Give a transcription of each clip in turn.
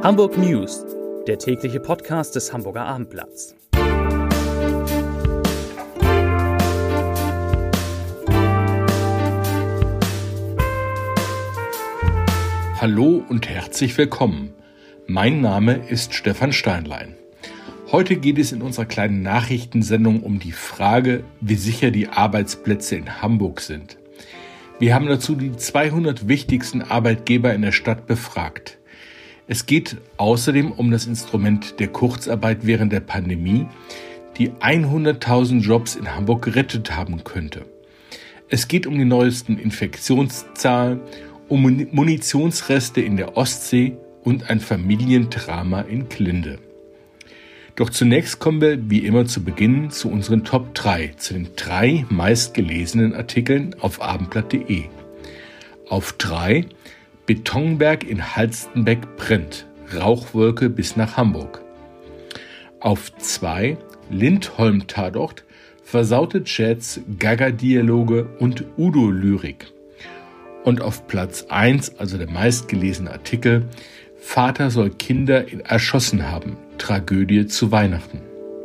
Hamburg News, der tägliche Podcast des Hamburger Abendblatts. Hallo und herzlich willkommen. Mein Name ist Stefan Steinlein. Heute geht es in unserer kleinen Nachrichtensendung um die Frage, wie sicher die Arbeitsplätze in Hamburg sind. Wir haben dazu die 200 wichtigsten Arbeitgeber in der Stadt befragt. Es geht außerdem um das Instrument der Kurzarbeit während der Pandemie, die 100.000 Jobs in Hamburg gerettet haben könnte. Es geht um die neuesten Infektionszahlen, um Munitionsreste in der Ostsee und ein Familiendrama in Glinde. Doch zunächst kommen wir wie immer zu Beginn zu unseren Top 3, zu den 3 meistgelesenen Artikeln auf abendblatt.de. Auf 3: Betonberg in Halstenbeck brennt, Rauchwolke bis nach Hamburg. Auf 2: Lindholm-Tatort, versaute Chats, Gaga-Dialoge und Udo-Lyrik. Und auf Platz 1, also der meistgelesene Artikel, Vater soll Kinder erschossen haben, Tragödie zu Weihnachten.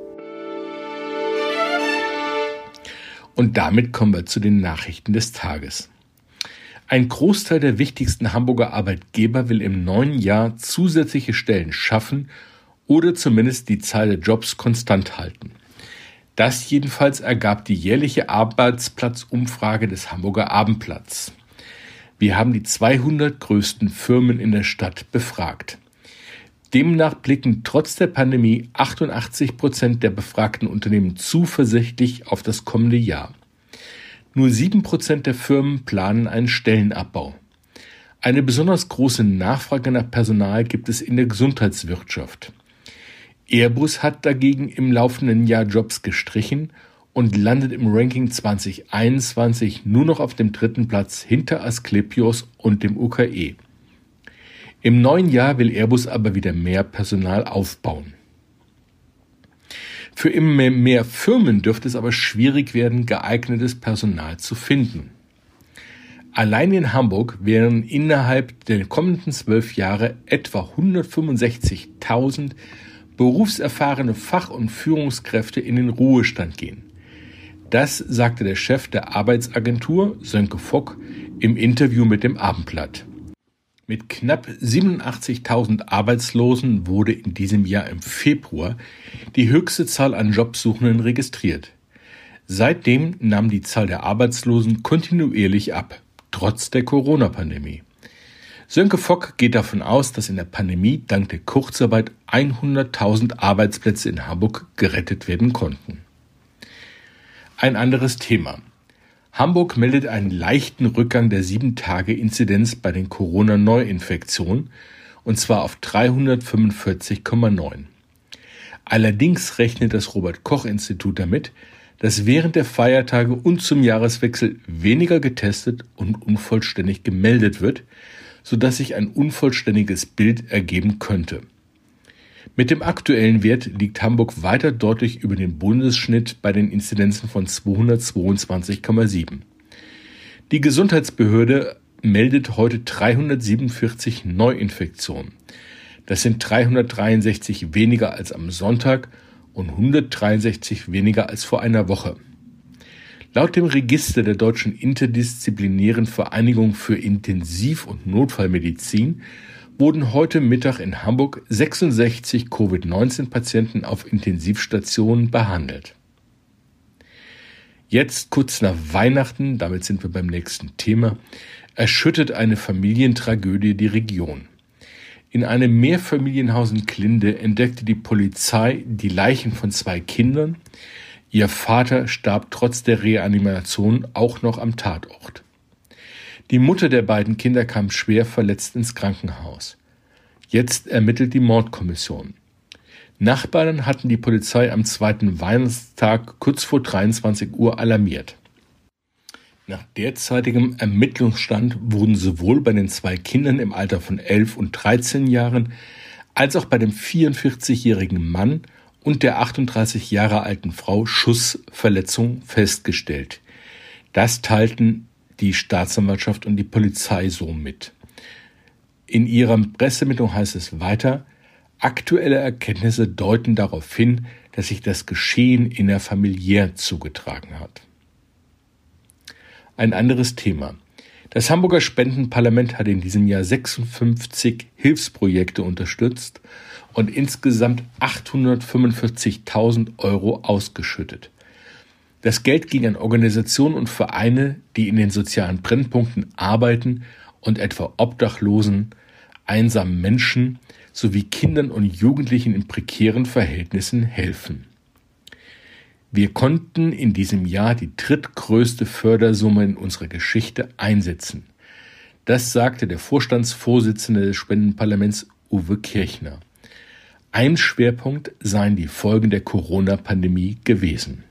Und damit kommen wir zu den Nachrichten des Tages. Ein Großteil der wichtigsten Hamburger Arbeitgeber will im neuen Jahr zusätzliche Stellen schaffen oder zumindest die Zahl der Jobs konstant halten. Das jedenfalls ergab die jährliche Arbeitsplatzumfrage des Hamburger Abendblatts. Wir haben die 200 größten Firmen in der Stadt befragt. Demnach blicken trotz der Pandemie 88% der befragten Unternehmen zuversichtlich auf das kommende Jahr. Nur 7% der Firmen planen einen Stellenabbau. Eine besonders große Nachfrage nach Personal gibt es in der Gesundheitswirtschaft. Airbus hat dagegen im laufenden Jahr Jobs gestrichen und landet im Ranking 2021 nur noch auf dem 3. Platz hinter Asklepios und dem UKE. Im neuen Jahr will Airbus aber wieder mehr Personal aufbauen. Für immer mehr Firmen dürfte es aber schwierig werden, geeignetes Personal zu finden. Allein in Hamburg werden innerhalb der kommenden 12 Jahre etwa 165.000 berufserfahrene Fach- und Führungskräfte in den Ruhestand gehen. Das sagte der Chef der Arbeitsagentur, Sönke Fock, im Interview mit dem Abendblatt. Mit knapp 87.000 Arbeitslosen wurde in diesem Jahr im Februar die höchste Zahl an Jobsuchenden registriert. Seitdem nahm die Zahl der Arbeitslosen kontinuierlich ab, trotz der Corona-Pandemie. Sönke Fock geht davon aus, dass in der Pandemie dank der Kurzarbeit 100.000 Arbeitsplätze in Hamburg gerettet werden konnten. Ein anderes Thema. Hamburg meldet einen leichten Rückgang der 7-Tage-Inzidenz bei den Corona-Neuinfektionen, und zwar auf 345,9. Allerdings rechnet das Robert-Koch-Institut damit, dass während der Feiertage und zum Jahreswechsel weniger getestet und unvollständig gemeldet wird, sodass sich ein unvollständiges Bild ergeben könnte. Mit dem aktuellen Wert liegt Hamburg weiter deutlich über dem Bundesschnitt bei den Inzidenzen von 222,7. Die Gesundheitsbehörde meldet heute 347 Neuinfektionen. Das sind 363 weniger als am Sonntag und 163 weniger als vor einer Woche. Laut dem Register der Deutschen Interdisziplinären Vereinigung für Intensiv- und Notfallmedizin wurden heute Mittag in Hamburg 66 Covid-19-Patienten auf Intensivstationen behandelt. Jetzt kurz nach Weihnachten, damit sind wir beim nächsten Thema, erschüttert eine Familientragödie die Region. In einem Mehrfamilienhaus in Glinde entdeckte die Polizei die Leichen von 2 Kindern. Ihr Vater starb trotz der Reanimation auch noch am Tatort. Die Mutter der beiden Kinder kam schwer verletzt ins Krankenhaus. Jetzt ermittelt die Mordkommission. Nachbarn hatten die Polizei am 2. Weihnachtstag kurz vor 23 Uhr alarmiert. Nach derzeitigem Ermittlungsstand wurden sowohl bei den 2 Kindern im Alter von 11 und 13 Jahren als auch bei dem 44-jährigen Mann und der 38 Jahre alten Frau Schussverletzungen festgestellt. Das teilten die Staatsanwaltschaft und die Polizei so mit. In ihrer Pressemitteilung heißt es weiter, Aktuelle Erkenntnisse deuten darauf hin, dass sich das Geschehen innerfamiliär zugetragen hat. Ein anderes Thema. Das Hamburger Spendenparlament hat in diesem Jahr 56 Hilfsprojekte unterstützt und insgesamt 845.000 € ausgeschüttet. Das Geld ging an Organisationen und Vereine, die in den sozialen Brennpunkten arbeiten und etwa Obdachlosen, einsamen Menschen sowie Kindern und Jugendlichen in prekären Verhältnissen helfen. Wir konnten in diesem Jahr die drittgrößte Fördersumme in unserer Geschichte einsetzen. Das sagte der Vorstandsvorsitzende des Spendenparlaments Uwe Kirchner. Ein Schwerpunkt seien die Folgen der Corona-Pandemie gewesen.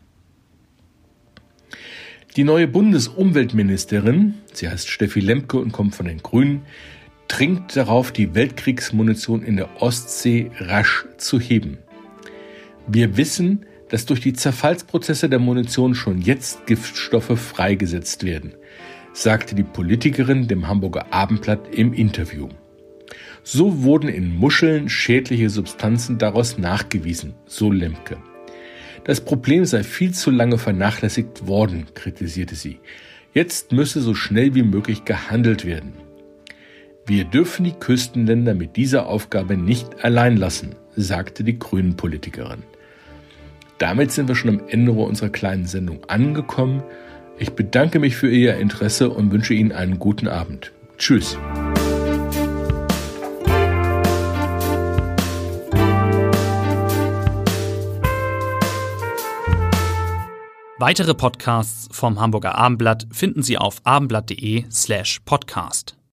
Die neue Bundesumweltministerin, sie heißt Steffi Lemke und kommt von den Grünen, dringt darauf, die Weltkriegsmunition in der Ostsee rasch zu heben. Wir wissen, dass durch die Zerfallsprozesse der Munition schon jetzt Giftstoffe freigesetzt werden, sagte die Politikerin dem Hamburger Abendblatt im Interview. So wurden in Muscheln schädliche Substanzen daraus nachgewiesen, so Lemke. Das Problem sei viel zu lange vernachlässigt worden, kritisierte sie. Jetzt müsse so schnell wie möglich gehandelt werden. Wir dürfen die Küstenländer mit dieser Aufgabe nicht allein lassen, sagte die Grünen-Politikerin. Damit sind wir schon am Ende unserer kleinen Sendung angekommen. Ich bedanke mich für Ihr Interesse und wünsche Ihnen einen guten Abend. Tschüss. Weitere Podcasts vom Hamburger Abendblatt finden Sie auf abendblatt.de/podcast.